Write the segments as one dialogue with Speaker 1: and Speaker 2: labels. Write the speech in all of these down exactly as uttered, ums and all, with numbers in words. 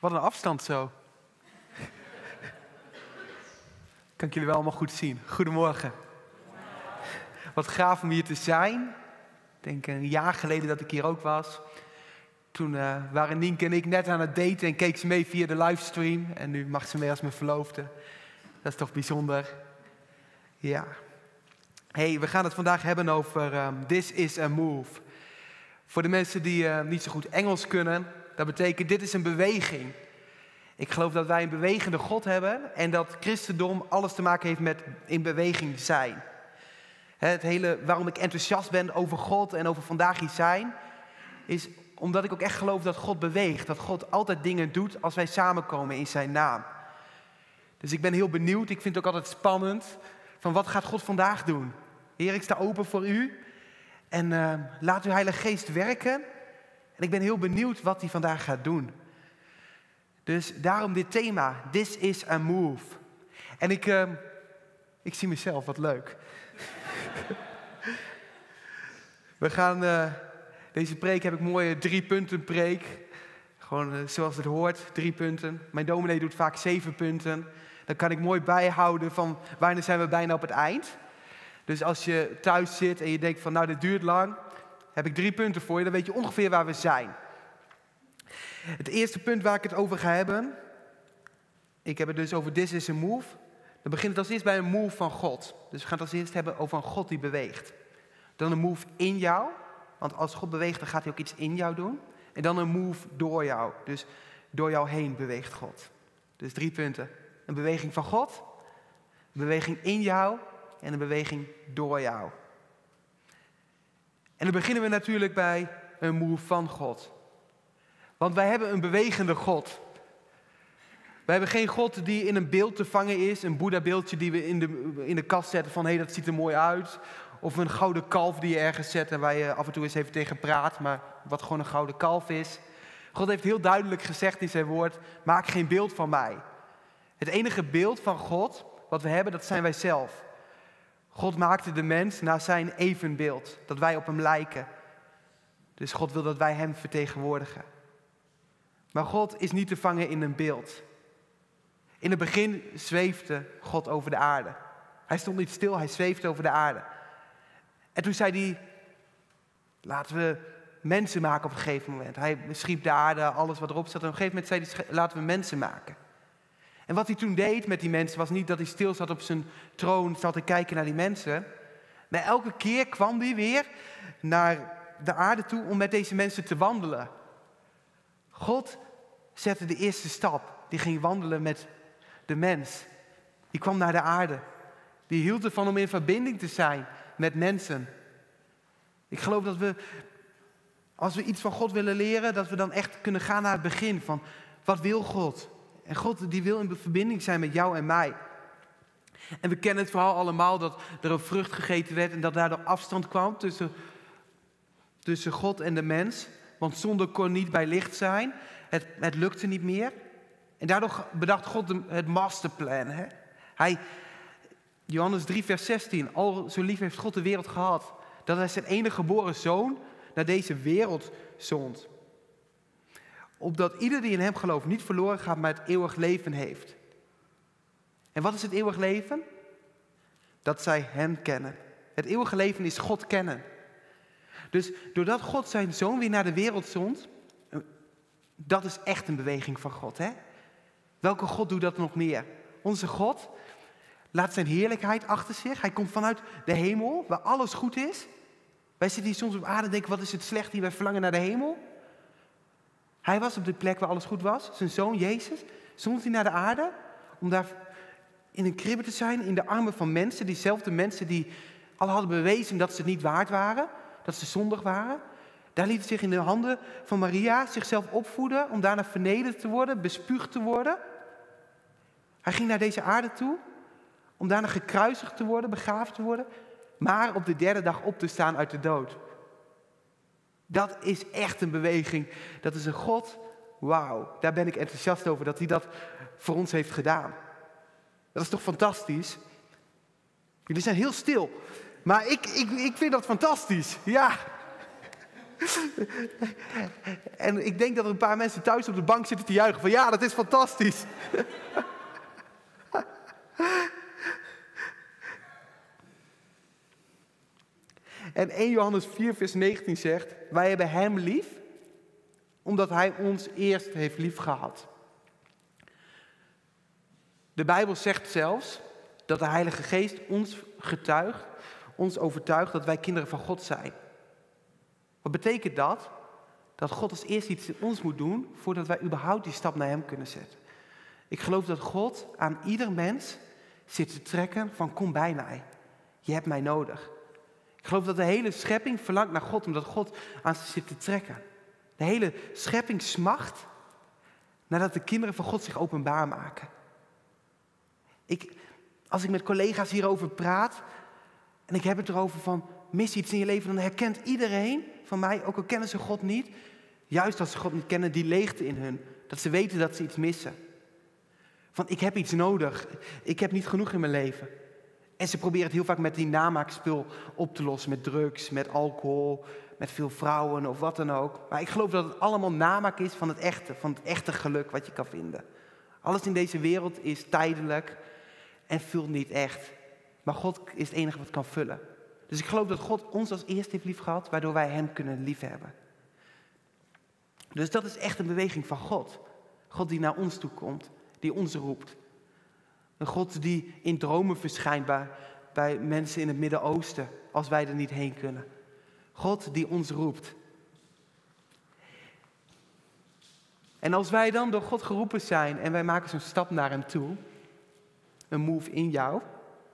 Speaker 1: Wat een afstand zo. Kan ik jullie wel allemaal goed zien. Goedemorgen. Wat gaaf om hier te zijn. Ik denk een jaar geleden dat ik hier ook was. Toen uh, waren Nienke en ik net aan het daten en keek ze mee via de livestream. En nu mag ze mee als mijn verloofde. Dat is toch bijzonder. Ja. Hey, we gaan het vandaag hebben over um, This is a move. Voor de mensen die uh, niet zo goed Engels kunnen, dat betekent dit is een beweging. Ik geloof dat wij een bewegende God hebben en dat christendom alles te maken heeft met in beweging zijn. Het hele waarom ik enthousiast ben over God en over vandaag hier zijn, is omdat ik ook echt geloof dat God beweegt. Dat God altijd dingen doet als wij samenkomen in zijn naam. Dus ik ben heel benieuwd, ik vind het ook altijd spannend, van wat gaat God vandaag doen? Heer, ik sta open voor u en uh, laat uw Heilige Geest werken. En ik ben heel benieuwd wat hij vandaag gaat doen. Dus daarom dit thema, This is a move. En ik, uh, ik zie mezelf, wat leuk. We gaan, uh, deze preek heb ik mooie drie punten preek. Gewoon uh, zoals het hoort, drie punten. Mijn dominee doet vaak zeven punten. Dan kan ik mooi bijhouden van wanneer zijn we bijna op het eind. Dus als je thuis zit en je denkt van nou dit duurt lang, heb ik drie punten voor je. Dan weet je ongeveer waar we zijn. Het eerste punt waar ik het over ga hebben, ik heb het dus over This is a move. Dan begint het als eerst bij een move van God. Dus we gaan het als eerst hebben over een God die beweegt. Dan een move in jou, want als God beweegt dan gaat hij ook iets in jou doen. En dan een move door jou, dus door jou heen beweegt God. Dus drie punten. Een beweging van God, een beweging in jou en een beweging door jou. En dan beginnen we natuurlijk bij een move van God. Want wij hebben een bewegende God. Wij hebben geen God die in een beeld te vangen is. Een Boeddha-beeldje die we in de, in de kast zetten van hé, hey, dat ziet er mooi uit. Of een gouden kalf die je ergens zet en waar je af en toe eens even tegen praat. Maar wat gewoon een gouden kalf is. God heeft heel duidelijk gezegd in zijn woord, maak geen beeld van mij. Het enige beeld van God wat we hebben, dat zijn wij zelf. God maakte de mens naar zijn evenbeeld. Dat wij op hem lijken. Dus God wil dat wij hem vertegenwoordigen. Maar God is niet te vangen in een beeld. In het begin zweefde God over de aarde. Hij stond niet stil, hij zweefde over de aarde. En toen zei hij, laten we mensen maken op een gegeven moment. Hij schiep de aarde, alles wat erop zat. En op een gegeven moment zei hij, laten we mensen maken. En wat hij toen deed met die mensen was niet dat hij stil zat op zijn troon, zat te kijken naar die mensen. Maar elke keer kwam hij weer naar de aarde toe om met deze mensen te wandelen. God zette de eerste stap. Die ging wandelen met de mens. Die kwam naar de aarde. Die hield ervan om in verbinding te zijn met mensen. Ik geloof dat we, als we iets van God willen leren, dat we dan echt kunnen gaan naar het begin van wat wil God? En God die wil in verbinding zijn met jou en mij. En we kennen het verhaal allemaal dat er een vrucht gegeten werd en dat daardoor afstand kwam tussen, tussen God en de mens. Want zonde kon niet bij licht zijn. Het, het lukte niet meer. En daardoor bedacht God het masterplan. Hè? Hij, Johannes drie vers zestien. Al zo lief heeft God de wereld gehad, dat hij zijn enige geboren zoon naar deze wereld zond. Opdat ieder die in hem gelooft niet verloren gaat, maar het eeuwig leven heeft. En wat is het eeuwig leven? Dat zij hem kennen. Het eeuwige leven is God kennen. Dus doordat God zijn zoon weer naar de wereld zond, dat is echt een beweging van God. Hè? Welke God doet dat nog meer? Onze God laat zijn heerlijkheid achter zich. Hij komt vanuit de hemel, waar alles goed is. Wij zitten hier soms op aarde en denken, wat is het slecht hier? Wij verlangen naar de hemel. Hij was op de plek waar alles goed was. Zijn zoon Jezus zond hij naar de aarde om daar in een kribbe te zijn, in de armen van mensen. Diezelfde mensen die al hadden bewezen dat ze het niet waard waren. Dat ze zondig waren. Daar liet hij zich in de handen van Maria zichzelf opvoeden om daarna vernederd te worden, bespuugd te worden. Hij ging naar deze aarde toe om daarna gekruisigd te worden, begraven te worden, maar op de derde dag op te staan uit de dood. Dat is echt een beweging. Dat is een God, wauw, daar ben ik enthousiast over dat hij dat voor ons heeft gedaan. Dat is toch fantastisch? Jullie zijn heel stil, maar ik, ik, ik vind dat fantastisch, ja. En ik denk dat er een paar mensen thuis op de bank zitten te juichen van ja, dat is fantastisch. En eerste Johannes vier vers negentien zegt, wij hebben hem lief, omdat hij ons eerst heeft lief gehad. De Bijbel zegt zelfs dat de Heilige Geest ons getuigt, ons overtuigt dat wij kinderen van God zijn. Wat betekent dat? Dat God als eerst iets in ons moet doen, voordat wij überhaupt die stap naar hem kunnen zetten. Ik geloof dat God aan ieder mens zit te trekken van kom bij mij. Je hebt mij nodig. Ik geloof dat de hele schepping verlangt naar God, omdat God aan ze zit te trekken. De hele schepping smacht nadat de kinderen van God zich openbaar maken. Ik, als ik met collega's hierover praat en ik heb het erover van mis iets in je leven, dan herkent iedereen van mij, ook al kennen ze God niet, juist als ze God niet kennen, die leegte in hun. Dat ze weten dat ze iets missen. Van ik heb iets nodig, ik heb niet genoeg in mijn leven. En ze proberen het heel vaak met die namaakspul op te lossen. Met drugs, met alcohol, met veel vrouwen of wat dan ook. Maar ik geloof dat het allemaal namaak is van het echte. Van het echte geluk wat je kan vinden. Alles in deze wereld is tijdelijk en vult niet echt. Maar God is het enige wat kan vullen. Dus ik geloof dat God ons als eerste heeft lief gehad, waardoor wij hem kunnen liefhebben. Dus dat is echt een beweging van God. God die naar ons toe komt, die ons roept. Een God die in dromen verschijnt bij, bij mensen in het Midden-Oosten, als wij er niet heen kunnen. God die ons roept. En als wij dan door God geroepen zijn en wij maken zo'n stap naar hem toe, een move in jou,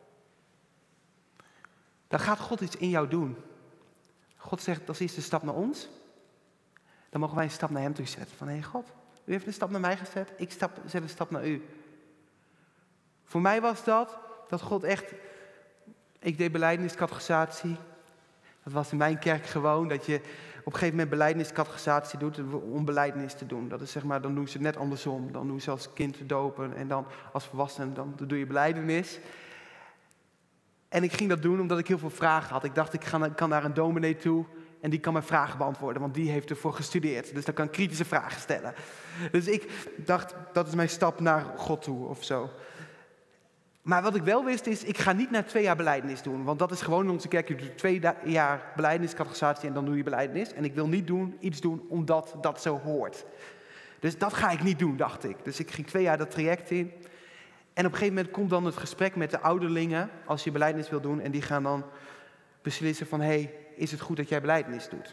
Speaker 1: dan gaat God iets in jou doen. God zegt, als eerste stap naar ons, dan mogen wij een stap naar hem toe zetten. Van, hé hey God, u heeft een stap naar mij gezet, ik stap, zet een stap naar u. Voor mij was dat, dat God echt, ik deed belijdeniscatechisatie. Dat was in mijn kerk gewoon, dat je op een gegeven moment belijdeniscatechisatie doet om belijdenis te doen. Dat is zeg maar, dan doen ze het net andersom. Dan doen ze als kind dopen en dan als volwassene, dan doe je belijdenis. En ik ging dat doen omdat ik heel veel vragen had. Ik dacht, ik ga, kan naar een dominee toe en die kan mijn vragen beantwoorden, want die heeft ervoor gestudeerd. Dus dan kan ik kritische vragen stellen. Dus ik dacht, dat is mijn stap naar God toe of zo. Maar wat ik wel wist is, ik ga niet naar twee jaar belijdenis doen. Want dat is gewoon in onze kerk, je doet twee jaar belijdeniscatechisatie en dan doe je belijdenis. En ik wil niet doen, iets doen omdat dat zo hoort. Dus dat ga ik niet doen, dacht ik. Dus ik ging twee jaar dat traject in. En op een gegeven moment komt dan het gesprek met de ouderlingen, als je belijdenis wil doen. En die gaan dan beslissen van, hé, hey, is het goed dat jij belijdenis doet?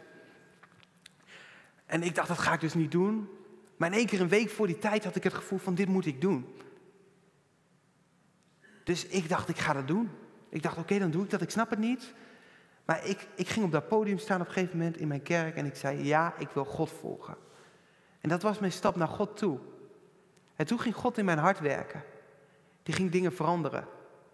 Speaker 1: En ik dacht, dat ga ik dus niet doen. Maar in één keer een week voor die tijd had ik het gevoel van, dit moet ik doen. Dus ik dacht, ik ga dat doen. Ik dacht, oké, okay, dan doe ik dat. Ik snap het niet. Maar ik, ik ging op dat podium staan op een gegeven moment in mijn kerk en ik zei, ja, ik wil God volgen. En dat was mijn stap naar God toe. En toen ging God in mijn hart werken. Die ging dingen veranderen.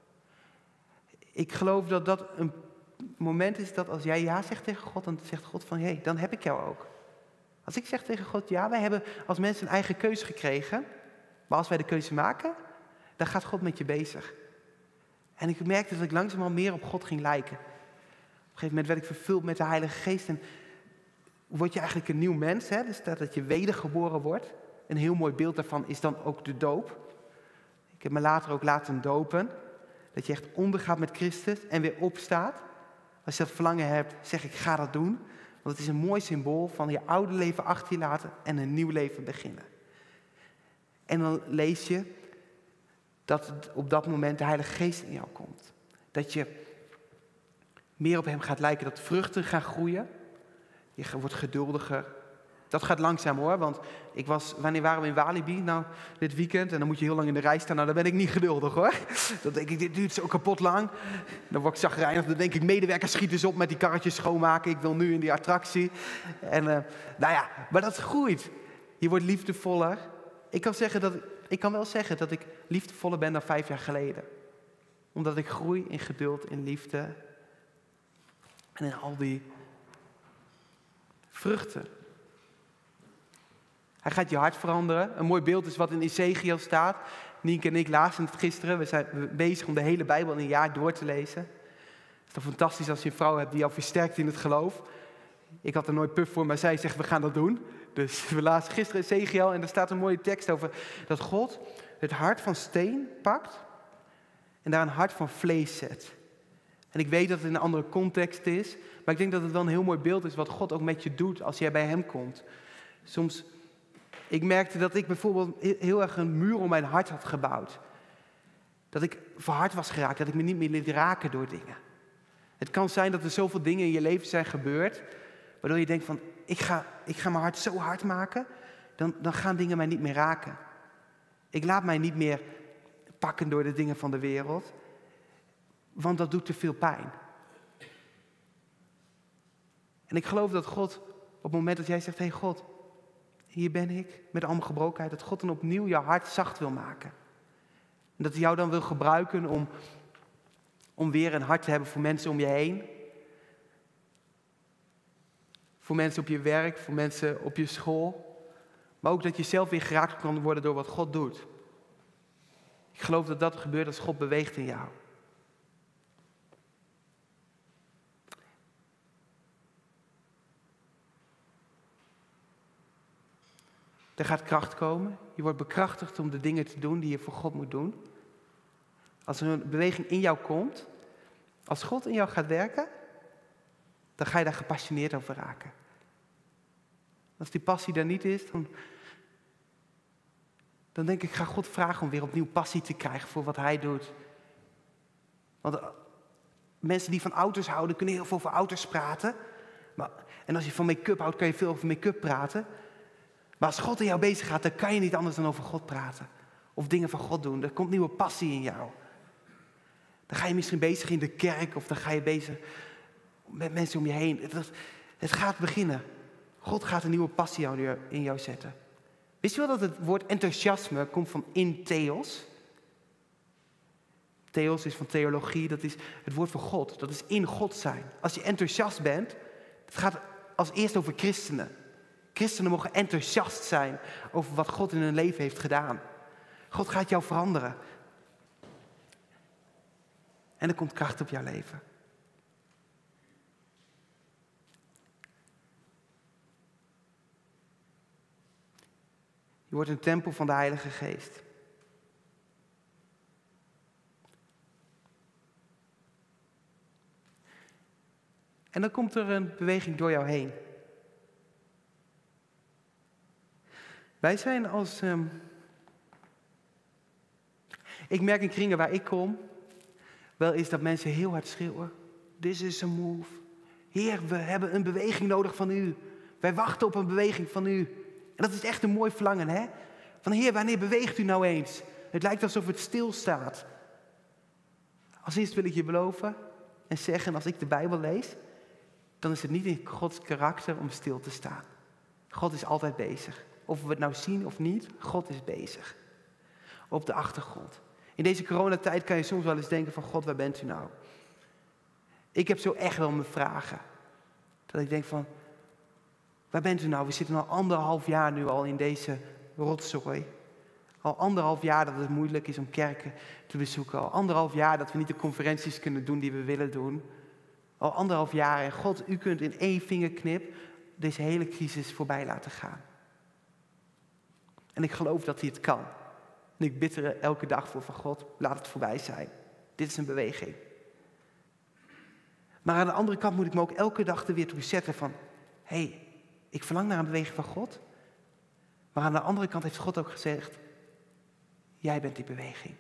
Speaker 1: Ik geloof dat dat een moment is dat als jij ja zegt tegen God, dan zegt God van, hé, hey, dan heb ik jou ook. Als ik zeg tegen God, ja, wij hebben als mensen een eigen keuze gekregen. Maar als wij de keuze maken, dan gaat God met je bezig. En ik merkte dat ik langzaam meer op God ging lijken. Op een gegeven moment werd ik vervuld met de Heilige Geest. En word je eigenlijk een nieuw mens. Hè? Dus dat, dat je wedergeboren wordt. Een heel mooi beeld daarvan is dan ook de doop. Ik heb me later ook laten dopen. Dat je echt ondergaat met Christus en weer opstaat. Als je dat verlangen hebt, zeg ik ga dat doen. Want het is een mooi symbool van je oude leven achter je laten en een nieuw leven beginnen. En dan lees je dat op dat moment de Heilige Geest in jou komt. Dat je meer op hem gaat lijken, dat vruchten gaan groeien. Je wordt geduldiger. Dat gaat langzaam hoor, want ik was, wanneer waren we in Walibi? Nou, dit weekend. En dan moet je heel lang in de rij staan. Nou, dan ben ik niet geduldig hoor. Dan denk ik, dit duurt zo kapot lang. Dan word ik chagrijnig. Dan denk ik, medewerkers schieten eens op met die karretjes schoonmaken. Ik wil nu in die attractie. En uh, nou ja, maar dat groeit. Je wordt liefdevoller. Ik kan, zeggen dat, ik kan wel zeggen dat ik liefdevoller ben dan vijf jaar geleden. Omdat ik groei in geduld, in liefde. En in al die vruchten. Hij gaat je hart veranderen. Een mooi beeld is wat in Ezekiel staat. Nienke en ik lazen het gisteren. We zijn bezig om de hele Bijbel in een jaar door te lezen. Het is toch fantastisch als je een vrouw hebt die jou versterkt in het geloof. Ik had er nooit puf voor, maar zij zegt, we gaan dat doen. Dus we lazen gisteren Ezechiel en er staat een mooie tekst over dat God het hart van steen pakt en daar een hart van vlees zet. En ik weet dat het in een andere context is, maar ik denk dat het wel een heel mooi beeld is wat God ook met je doet als jij bij hem komt. Soms, ik merkte dat ik bijvoorbeeld heel erg een muur om mijn hart had gebouwd. Dat ik verhard was geraakt, dat ik me niet meer liet raken door dingen. Het kan zijn dat er zoveel dingen in je leven zijn gebeurd, waardoor je denkt van, ik ga, ik ga mijn hart zo hard maken, dan, dan gaan dingen mij niet meer raken. Ik laat mij niet meer pakken door de dingen van de wereld, want dat doet te veel pijn. En ik geloof dat God, op het moment dat jij zegt, hé hey God, hier ben ik, met al mijn gebrokenheid, dat God dan opnieuw je hart zacht wil maken. En dat hij jou dan wil gebruiken om, om weer een hart te hebben voor mensen om je heen. Voor mensen op je werk, voor mensen op je school. Maar ook dat je zelf weer geraakt kan worden door wat God doet. Ik geloof dat dat gebeurt als God beweegt in jou. Er gaat kracht komen. Je wordt bekrachtigd om de dingen te doen die je voor God moet doen. Als er een beweging in jou komt, als God in jou gaat werken, dan ga je daar gepassioneerd over raken. Als die passie daar niet is, dan, dan denk ik, ik ga God vragen om weer opnieuw passie te krijgen voor wat hij doet. Want uh, mensen die van auto's houden, kunnen heel veel over auto's praten. Maar, en als je van make-up houdt, kan je veel over make-up praten. Maar als God in jou bezig gaat, dan kan je niet anders dan over God praten. Of dingen van God doen. Er komt nieuwe passie in jou. Dan ga je misschien bezig in de kerk of dan ga je bezig met mensen om je heen. Het, het gaat beginnen. God gaat een nieuwe passie in jou zetten. Wist je wel dat het woord enthousiasme komt van in theos? Theos is van theologie, dat is het woord voor God. Dat is in God zijn. Als je enthousiast bent, het gaat als eerst over christenen. Christenen mogen enthousiast zijn over wat God in hun leven heeft gedaan. God gaat jou veranderen. En er komt kracht op jouw leven. Je wordt een tempel van de Heilige Geest. En dan komt er een beweging door jou heen. Wij zijn als... Um... Ik merk in kringen waar ik kom, wel is dat mensen heel hard schreeuwen. This is a move. Heer, we hebben een beweging nodig van u. Wij wachten op een beweging van u. En dat is echt een mooi verlangen, hè? Van Heer, wanneer beweegt u nou eens? Het lijkt alsof het stilstaat. Als eerst wil ik je beloven en zeggen, als ik de Bijbel lees, dan is het niet in Gods karakter om stil te staan. God is altijd bezig. Of we het nou zien of niet, God is bezig. Op de achtergrond. In deze coronatijd kan je soms wel eens denken van God, waar bent u nou? Ik heb zo echt wel mijn vragen. Dat ik denk van, waar bent u nou? We zitten al anderhalf jaar nu al in deze rotzooi. Al anderhalf jaar dat het moeilijk is om kerken te bezoeken. Al anderhalf jaar dat we niet de conferenties kunnen doen die we willen doen. Al anderhalf jaar en God, u kunt in één vingerknip deze hele crisis voorbij laten gaan. En ik geloof dat hij het kan. En ik bid er elke dag voor van God, laat het voorbij zijn. Dit is een beweging. Maar aan de andere kant moet ik me ook elke dag er weer toe zetten van, hé, hey, ik verlang naar een beweging van God. Maar aan de andere kant heeft God ook gezegd, jij bent die beweging.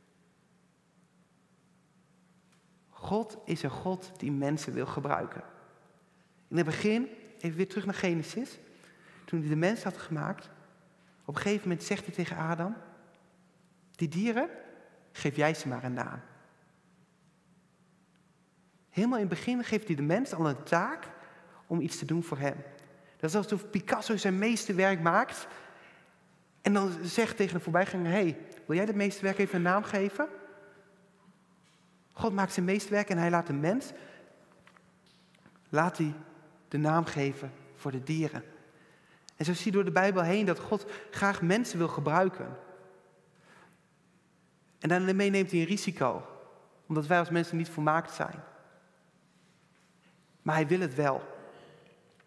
Speaker 1: God is een God die mensen wil gebruiken. In het begin, even weer terug naar Genesis. Toen hij de mens had gemaakt, op een gegeven moment zegt hij tegen Adam, die dieren, geef jij ze maar een naam. Helemaal in het begin geeft hij de mens al een taak om iets te doen voor hem. Dat is alsof Picasso zijn meesterwerk maakt en dan zegt tegen de voorbijganger, hé, hey, wil jij dit meesterwerk even een naam geven? God maakt zijn meesterwerk en hij laat de mens, laat hij de naam geven voor de dieren. En zo zie je door de Bijbel heen dat God graag mensen wil gebruiken. En daarmee neemt hij een risico, omdat wij als mensen niet volmaakt zijn. Maar hij wil het wel.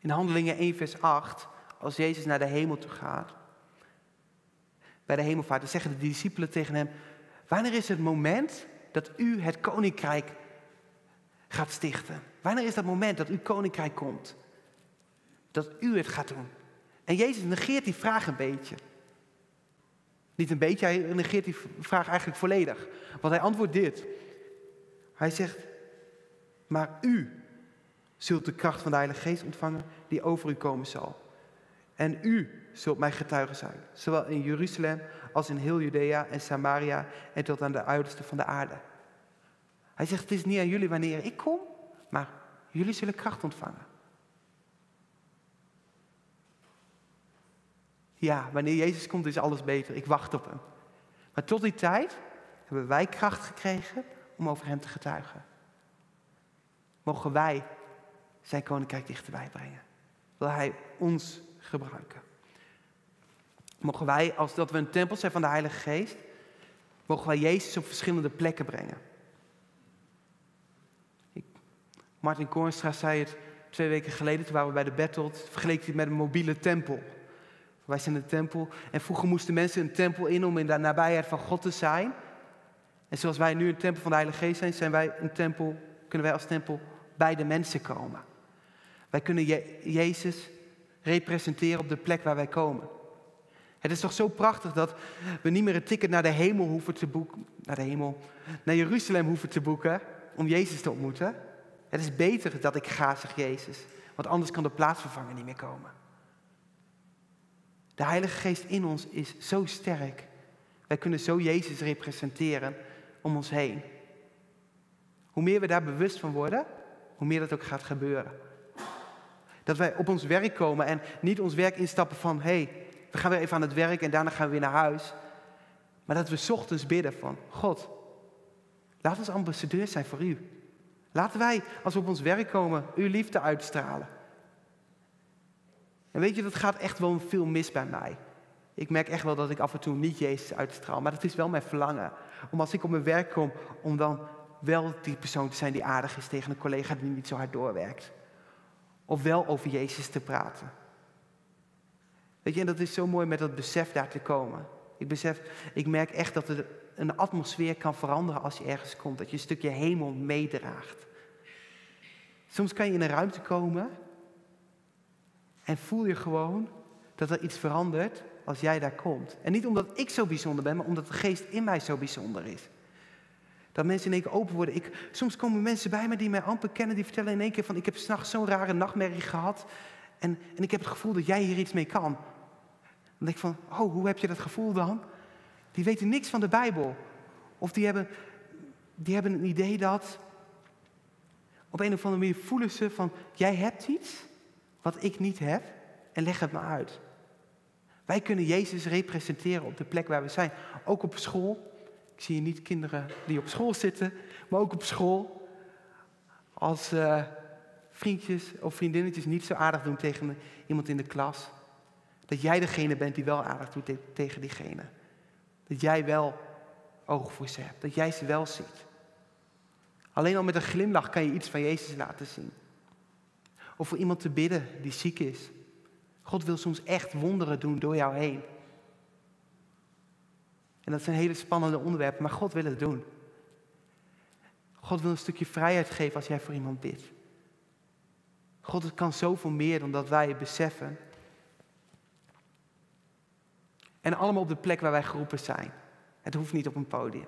Speaker 1: In Handelingen één vers acht, als Jezus naar de hemel toe gaat, bij de hemelvaart, dan zeggen de discipelen tegen hem, wanneer is het moment dat u het koninkrijk gaat stichten? Wanneer is dat moment dat uw koninkrijk komt? Dat u het gaat doen? En Jezus negeert die vraag een beetje. Niet een beetje, hij negeert die vraag eigenlijk volledig. Want hij antwoordt dit. Hij zegt, maar u zult de kracht van de Heilige Geest ontvangen die over u komen zal. En u zult mijn getuige zijn, zowel in Jeruzalem als in heel Judea en Samaria en tot aan de uiterste van de aarde. Hij zegt, het is niet aan jullie wanneer ik kom, maar jullie zullen kracht ontvangen. Ja, wanneer Jezus komt is alles beter, ik wacht op hem. Maar tot die tijd hebben wij kracht gekregen om over hem te getuigen. Mogen wij zijn koninkrijk dichterbij brengen. Wil hij ons gebruiken. Mogen wij, als dat we een tempel zijn van de Heilige Geest, mogen wij Jezus op verschillende plekken brengen. Ik, Martin Koornstra zei het twee weken geleden, toen waren we bij de Battle, vergeleek hij het met een mobiele tempel. Wij zijn een tempel en vroeger moesten mensen een tempel in om in de nabijheid van God te zijn. En zoals wij nu een tempel van de Heilige Geest zijn, zijn wij een tempel, kunnen wij als tempel bij de mensen komen. Wij kunnen Je- Jezus representeren op de plek waar wij komen. Het is toch zo prachtig dat we niet meer een ticket naar de hemel hoeven te boeken, naar de hemel, naar Jeruzalem hoeven te boeken om Jezus te ontmoeten. Het is beter dat ik ga, zegt Jezus, want anders kan de plaatsvervanger niet meer komen. De Heilige Geest in ons is zo sterk. Wij kunnen zo Jezus representeren om ons heen. Hoe meer we daar bewust van worden, hoe meer dat ook gaat gebeuren. Dat wij op ons werk komen en niet ons werk instappen van, hé, hey, we gaan weer even aan het werk en daarna gaan we weer naar huis. Maar dat we 's ochtends bidden van, God, laat ons ambassadeurs zijn voor u. Laten wij, als we op ons werk komen, uw liefde uitstralen. En weet je, dat gaat echt wel veel mis bij mij. Ik merk echt wel dat ik af en toe niet Jezus uitstraal. Maar het is wel mijn verlangen. Om als ik op mijn werk kom, om dan wel die persoon te zijn die aardig is tegen een collega die niet zo hard doorwerkt. Of wel over Jezus te praten. Weet je, en dat is zo mooi met dat besef daar te komen. Ik besef, ik merk echt dat er een atmosfeer kan veranderen als je ergens komt. Dat je een stukje hemel meedraagt. Soms kan je in een ruimte komen en voel je gewoon dat er iets verandert als jij daar komt. En niet omdat ik zo bijzonder ben, maar omdat de geest in mij zo bijzonder is. Dat mensen in één keer open worden. Ik, soms komen mensen bij me die mij amper kennen, die vertellen in één keer van, ik heb 's nachts zo'n rare nachtmerrie gehad. En, en ik heb het gevoel dat jij hier iets mee kan. Dan denk ik van, oh, hoe heb je dat gevoel dan? Die weten niks van de Bijbel. Of die hebben, die hebben een idee dat, op een of andere manier voelen ze van, jij hebt iets wat ik niet heb en leg het me uit. Wij kunnen Jezus representeren op de plek waar we zijn. Ook op school. Ik zie hier niet kinderen die op school zitten, maar ook op school. Als uh, vriendjes of vriendinnetjes niet zo aardig doen tegen iemand in de klas. Dat jij degene bent die wel aardig doet te- tegen diegene. Dat jij wel oog voor ze hebt. Dat jij ze wel ziet. Alleen al met een glimlach kan je iets van Jezus laten zien. Of voor iemand te bidden die ziek is. God wil soms echt wonderen doen door jou heen. En dat zijn hele spannende onderwerpen, maar God wil het doen. God wil een stukje vrijheid geven als jij voor iemand bidt. God kan zoveel meer dan dat wij het beseffen. En allemaal op de plek waar wij geroepen zijn. Het hoeft niet op een podium.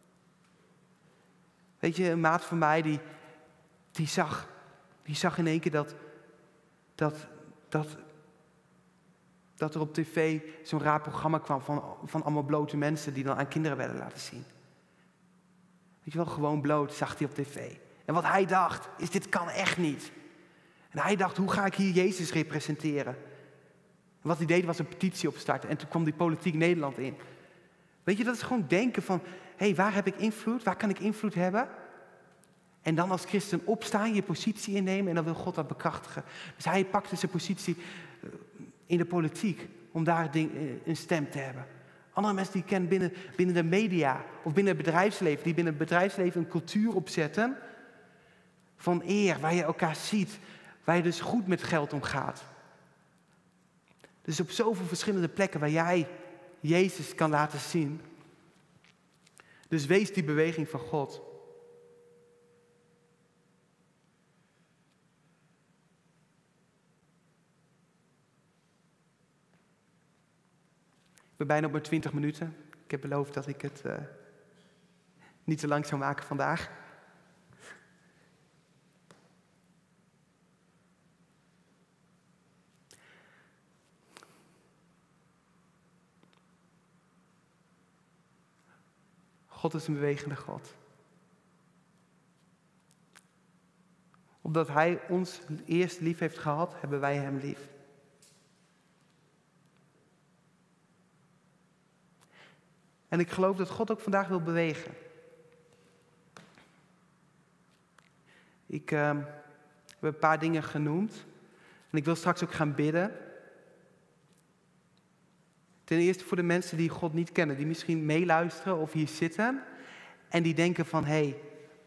Speaker 1: Weet je, een maat van mij die, die, zag, die zag in één keer dat, dat, dat, dat er op tv zo'n raar programma kwam van, van allemaal blote mensen die dan aan kinderen werden laten zien. Weet je wel, gewoon bloot zag hij op tv. En wat hij dacht, is dit kan echt niet. En hij dacht, hoe ga ik hier Jezus representeren? En wat hij deed was een petitie opstarten. En toen kwam die politiek Nederland in. Weet je, dat is gewoon denken van, hé, hey, waar heb ik invloed? Waar kan ik invloed hebben? En dan als christen opstaan, je positie innemen en dan wil God dat bekrachtigen. Dus hij pakte zijn positie in de politiek om daar een stem te hebben. Andere mensen die ik ken binnen, binnen de media of binnen het bedrijfsleven, die binnen het bedrijfsleven een cultuur opzetten van eer, waar je elkaar ziet, Waar je dus goed met geld omgaat. Dus op zoveel verschillende plekken waar jij Jezus kan laten zien. Dus wees die beweging van God. Ik ben bijna op mijn twintig minuten. Ik heb beloofd dat ik het uh, niet te lang zou maken vandaag. God is een bewegende God. Omdat Hij ons eerst lief heeft gehad, hebben wij Hem lief. En ik geloof dat God ook vandaag wil bewegen. Ik uh, heb een paar dingen genoemd. En ik wil straks ook gaan bidden. Ten eerste voor de mensen die God niet kennen. Die misschien meeluisteren of hier zitten. En die denken van, hé, hey,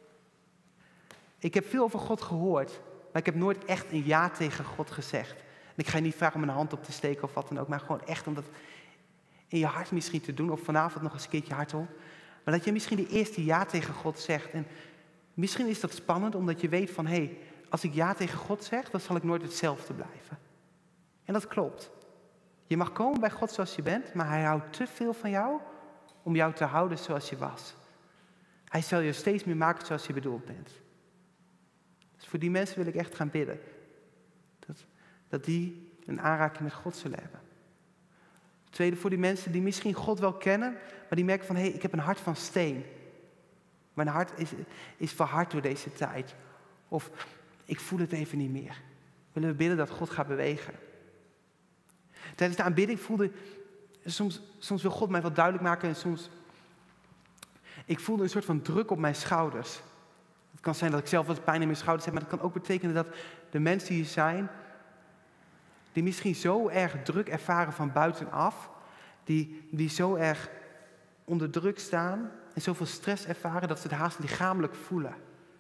Speaker 1: ik heb veel over God gehoord. Maar ik heb nooit echt een ja tegen God gezegd. En ik ga je niet vragen om een hand op te steken of wat dan ook. Maar gewoon echt om dat in je hart misschien te doen. Of vanavond nog eens een keertje hardop. Maar dat je misschien de eerste ja tegen God zegt. En misschien is dat spannend omdat je weet van, hé, hey, als ik ja tegen God zeg, dan zal ik nooit hetzelfde blijven. En dat klopt. Je mag komen bij God zoals je bent, maar Hij houdt te veel van jou om jou te houden zoals je was. Hij zal je steeds meer maken zoals je bedoeld bent. Dus voor die mensen wil ik echt gaan bidden. Dat, dat die een aanraking met God zullen hebben. Tweede, voor die mensen die misschien God wel kennen, maar die merken van, hé, hey, ik heb een hart van steen. Mijn hart is, is verhard door deze tijd. Of, ik voel het even niet meer. Willen we bidden dat God gaat bewegen. Tijdens de aanbidding voelde, soms, soms wil God mij wat duidelijk maken en soms, ik voelde een soort van druk op mijn schouders. Het kan zijn dat ik zelf wat pijn in mijn schouders heb, maar dat kan ook betekenen dat de mensen die hier zijn, die misschien zo erg druk ervaren van buitenaf, die, die zo erg onder druk staan en zoveel stress ervaren dat ze het haast lichamelijk voelen.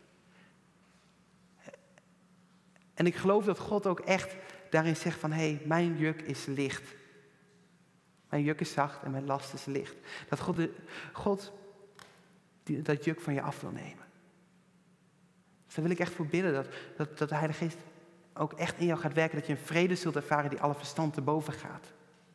Speaker 1: En ik geloof dat God ook echt daarin zegt van, hé, hey, mijn juk is licht. Mijn juk is zacht en mijn last is licht. Dat God, de, God die, dat juk van je af wil nemen. Dus daar wil ik echt voor bidden, dat, dat, dat de Heilige Geest ook echt in jou gaat werken, dat je een vrede zult ervaren die alle verstand te boven gaat.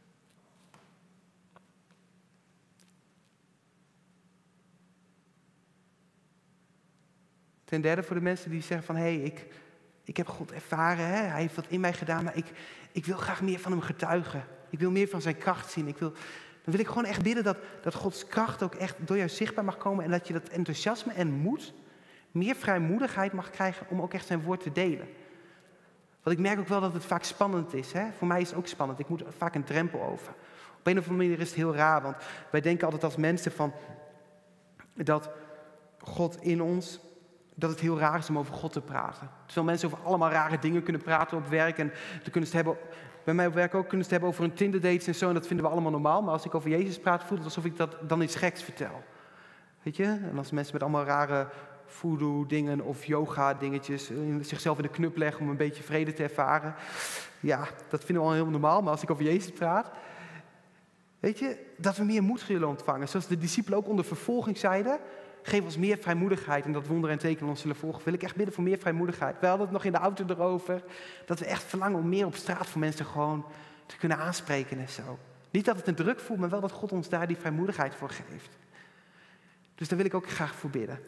Speaker 1: Ten derde voor de mensen die zeggen van, hé, hey, ik, ik heb God ervaren, hè? Hij heeft wat in mij gedaan, maar ik, ik wil graag meer van hem getuigen. Ik wil meer van zijn kracht zien. Ik wil, dan wil ik gewoon echt bidden dat, dat Gods kracht ook echt door jou zichtbaar mag komen en dat je dat enthousiasme en moed, meer vrijmoedigheid mag krijgen om ook echt zijn woord te delen. Want ik merk ook wel dat het vaak spannend is. Hè? Voor mij is het ook spannend. Ik moet vaak een drempel over. Op een of andere manier is het heel raar, want wij denken altijd als mensen van dat God in ons, dat het heel raar is om over God te praten. Terwijl mensen over allemaal rare dingen kunnen praten op werk. En dan kunnen ze het hebben, bij mij op werk ook kunnen ze het hebben over hun Tinder-dates en zo. En dat vinden we allemaal normaal. Maar als ik over Jezus praat, voelt het alsof ik dat dan iets geks vertel. Weet je? En als mensen met allemaal rare voodoo-dingen of yoga-dingetjes zichzelf in de knup leggen om een beetje vrede te ervaren. Ja, dat vinden we al heel normaal. Maar als ik over Jezus praat, weet je, dat we meer moed zullen ontvangen. Zoals de discipelen ook onder vervolging zeiden, geef ons meer vrijmoedigheid en dat wonderen en tekenen ons zullen volgen. Wil ik echt bidden voor meer vrijmoedigheid. We hadden het nog in de auto erover, dat we echt verlangen om meer op straat voor mensen gewoon te kunnen aanspreken en zo. Niet dat het een druk voelt, maar wel dat God ons daar die vrijmoedigheid voor geeft. Dus daar wil ik ook graag voor bidden.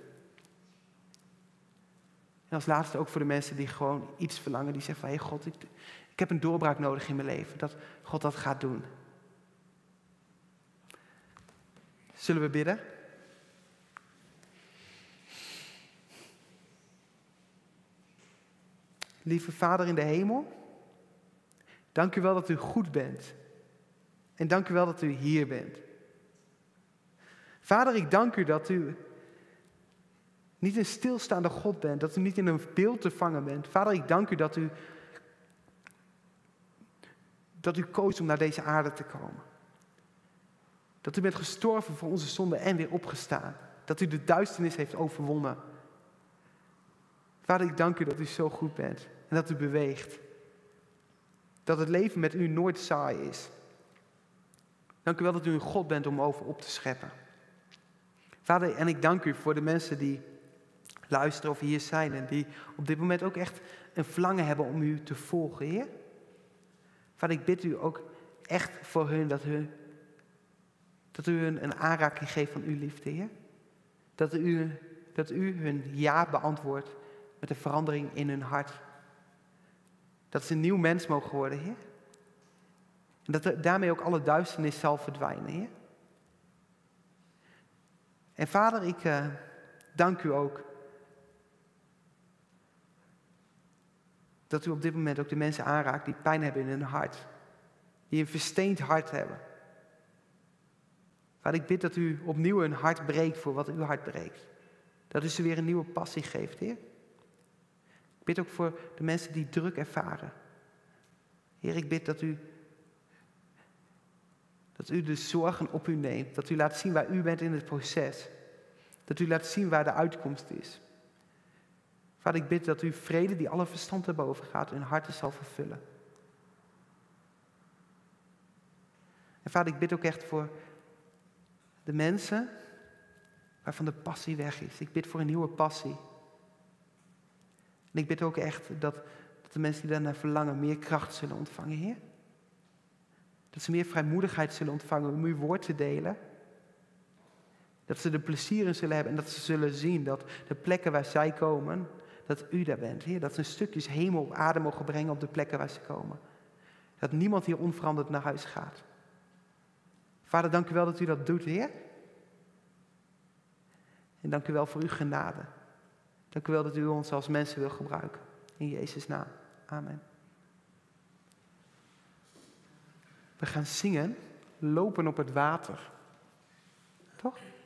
Speaker 1: En als laatste ook voor de mensen die gewoon iets verlangen, die zeggen van, hé hey God, ik, ik heb een doorbraak nodig in mijn leven. Dat God dat gaat doen. Zullen we bidden? Lieve Vader in de hemel, dank u wel dat u goed bent. En dank u wel dat u hier bent. Vader, ik dank u dat u niet een stilstaande God bent, dat u niet in een beeld te vangen bent. Vader, ik dank u dat u, dat u koos om naar deze aarde te komen. Dat u bent gestorven voor onze zonden en weer opgestaan. Dat u de duisternis heeft overwonnen. Vader, ik dank u dat u zo goed bent en dat u beweegt. Dat het leven met u nooit saai is. Dank u wel dat u een God bent om over op te scheppen. Vader, en ik dank u voor de mensen die luisteren of hier zijn en die op dit moment ook echt een verlangen hebben om u te volgen, Heer. Vader, ik bid u ook echt voor hun dat, hun, dat u hun een aanraking geeft van uw liefde, Heer. Dat u, dat u hun ja beantwoordt met een verandering in hun hart. Dat ze een nieuw mens mogen worden, Heer. En dat er daarmee ook alle duisternis zal verdwijnen, Heer. En Vader, ik uh, dank u ook dat u op dit moment ook de mensen aanraakt die pijn hebben in hun hart. Die een versteend hart hebben. Vader, ik bid dat u opnieuw hun hart breekt voor wat uw hart breekt. Dat u ze weer een nieuwe passie geeft, Heer. Ik bid ook voor de mensen die druk ervaren. Heer, ik bid dat u, dat u de zorgen op u neemt. Dat u laat zien waar u bent in het proces. Dat u laat zien waar de uitkomst is. Vader, ik bid dat u vrede die alle verstand erboven gaat, hun harten zal vervullen. En Vader, ik bid ook echt voor de mensen waarvan de passie weg is. Ik bid voor een nieuwe passie. En ik bid ook echt dat, dat de mensen die daarnaar verlangen meer kracht zullen ontvangen, Heer. Dat ze meer vrijmoedigheid zullen ontvangen om uw woord te delen. Dat ze er plezier in zullen hebben en dat ze zullen zien dat de plekken waar zij komen, dat u daar bent, Heer. Dat ze een stukjes hemel op aarde mogen brengen op de plekken waar ze komen. Dat niemand hier onveranderd naar huis gaat. Vader, dank u wel dat u dat doet, Heer. En dank u wel voor uw genade. Dank u wel dat u ons als mensen wil gebruiken. In Jezus' naam. Amen. We gaan zingen, lopen op het water. Toch?